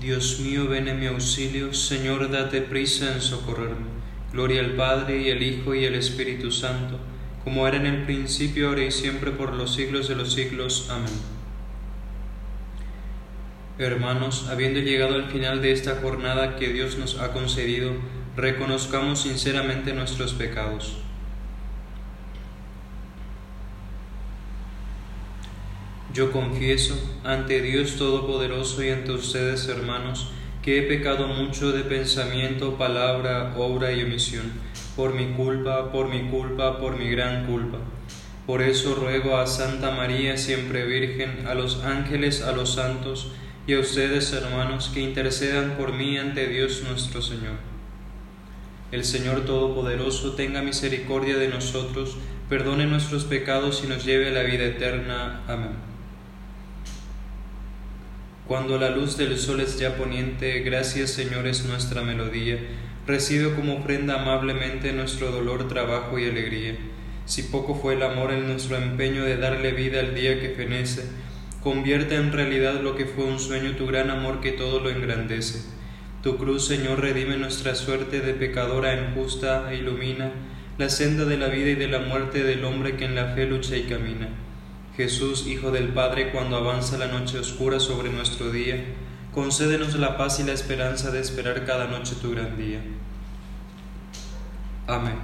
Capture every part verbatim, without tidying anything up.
Dios mío, ven en mi auxilio. Señor, date prisa en socorrerme. Gloria al Padre, y al Hijo, y al Espíritu Santo, como era en el principio, ahora y siempre, por los siglos de los siglos. Amén. Hermanos, habiendo llegado al final de esta jornada que Dios nos ha concedido, reconozcamos sinceramente nuestros pecados. Yo confieso ante Dios Todopoderoso y ante ustedes, hermanos, que he pecado mucho de pensamiento, palabra, obra y omisión, por mi culpa, por mi culpa, por mi gran culpa. Por eso ruego a Santa María, siempre Virgen, a los ángeles, a los santos y a ustedes, hermanos, que intercedan por mí ante Dios nuestro Señor. El Señor Todopoderoso tenga misericordia de nosotros, perdone nuestros pecados y nos lleve a la vida eterna. Amén. Cuando la luz del sol es ya poniente, gracias, Señor, es nuestra melodía. Recibe como ofrenda amablemente nuestro dolor, trabajo y alegría. Si poco fue el amor en nuestro empeño de darle vida al día que fenece, convierte en realidad lo que fue un sueño tu gran amor que todo lo engrandece. Tu cruz, Señor, redime nuestra suerte de pecadora injusta e ilumina la senda de la vida y de la muerte del hombre que en la fe lucha y camina. Jesús, Hijo del Padre, cuando avanza la noche oscura sobre nuestro día, concédenos la paz y la esperanza de esperar cada noche tu gran día. Amén.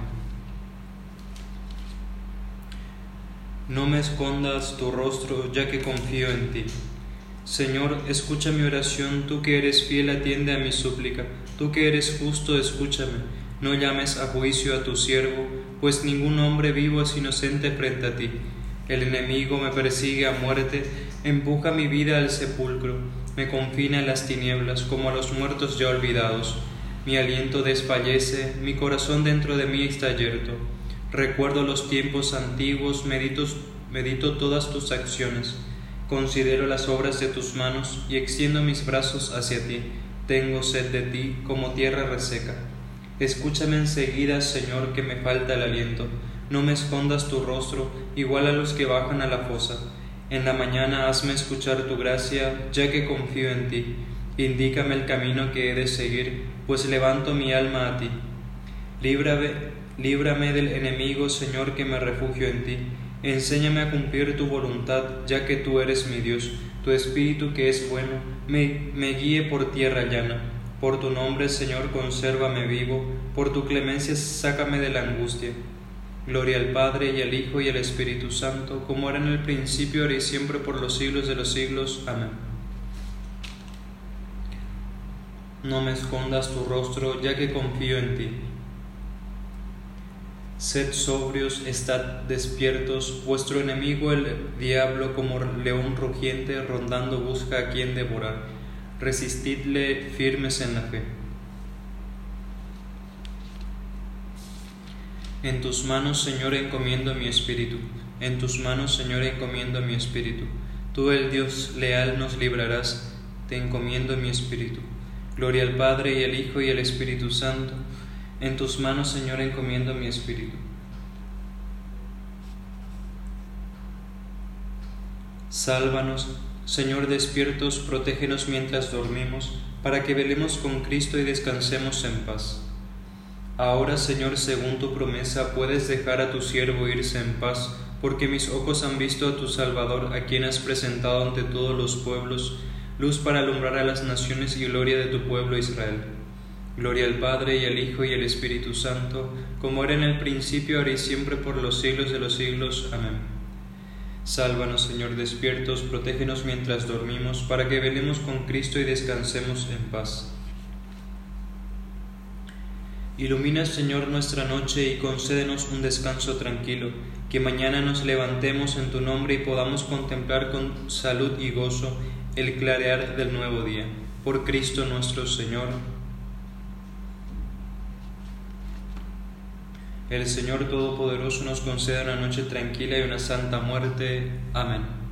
No me escondas tu rostro, ya que confío en ti. Señor, escucha mi oración, tú que eres fiel, atiende a mi súplica, tú que eres justo, escúchame. No llames a juicio a tu siervo, pues ningún hombre vivo es inocente frente a ti. El enemigo me persigue a muerte, empuja mi vida al sepulcro, me confina en las tinieblas como a los muertos ya olvidados. Mi aliento desfallece, mi corazón dentro de mí está yerto. Recuerdo los tiempos antiguos, medito, medito todas tus acciones, considero las obras de tus manos y extiendo mis brazos hacia ti. Tengo sed de ti como tierra reseca. Escúchame enseguida, Señor, que me falta el aliento. No me escondas tu rostro, igual a los que bajan a la fosa. En la mañana hazme escuchar tu gracia, ya que confío en ti. Indícame el camino que he de seguir, pues levanto mi alma a ti. Líbrame, líbrame del enemigo, Señor, que me refugio en ti. Enséñame a cumplir tu voluntad, ya que tú eres mi Dios. Tu espíritu, que es bueno, me, me guíe por tierra llana. Por tu nombre, Señor, consérvame vivo. Por tu clemencia, sácame de la angustia. Gloria al Padre, y al Hijo, y al Espíritu Santo, como era en el principio, ahora y siempre, por los siglos de los siglos. Amén. No me escondas tu rostro, ya que confío en ti. Sed sobrios, estad despiertos, vuestro enemigo el diablo, como león rugiente, rondando busca a quien devorar. Resistidle firmes en la fe. En tus manos, Señor, encomiendo mi espíritu. En tus manos, Señor, encomiendo mi espíritu. Tú, el Dios leal, nos librarás. Te encomiendo mi espíritu. Gloria al Padre, y al Hijo, y al Espíritu Santo. En tus manos, Señor, encomiendo mi espíritu. Sálvanos, Señor, despiertos, protégenos mientras dormimos, para que velemos con Cristo y descansemos en paz. Ahora, Señor, según tu promesa, puedes dejar a tu siervo irse en paz, porque mis ojos han visto a tu Salvador, a quien has presentado ante todos los pueblos, luz para alumbrar a las naciones y gloria de tu pueblo Israel. Gloria al Padre, y al Hijo, y al Espíritu Santo, como era en el principio, ahora y siempre, por los siglos de los siglos. Amén. Sálvanos, Señor, despiertos, protégenos mientras dormimos, para que velemos con Cristo y descansemos en paz. Ilumina, Señor, nuestra noche y concédenos un descanso tranquilo, que mañana nos levantemos en tu nombre y podamos contemplar con salud y gozo el clarear del nuevo día. Por Cristo nuestro Señor. El Señor Todopoderoso nos conceda una noche tranquila y una santa muerte. Amén.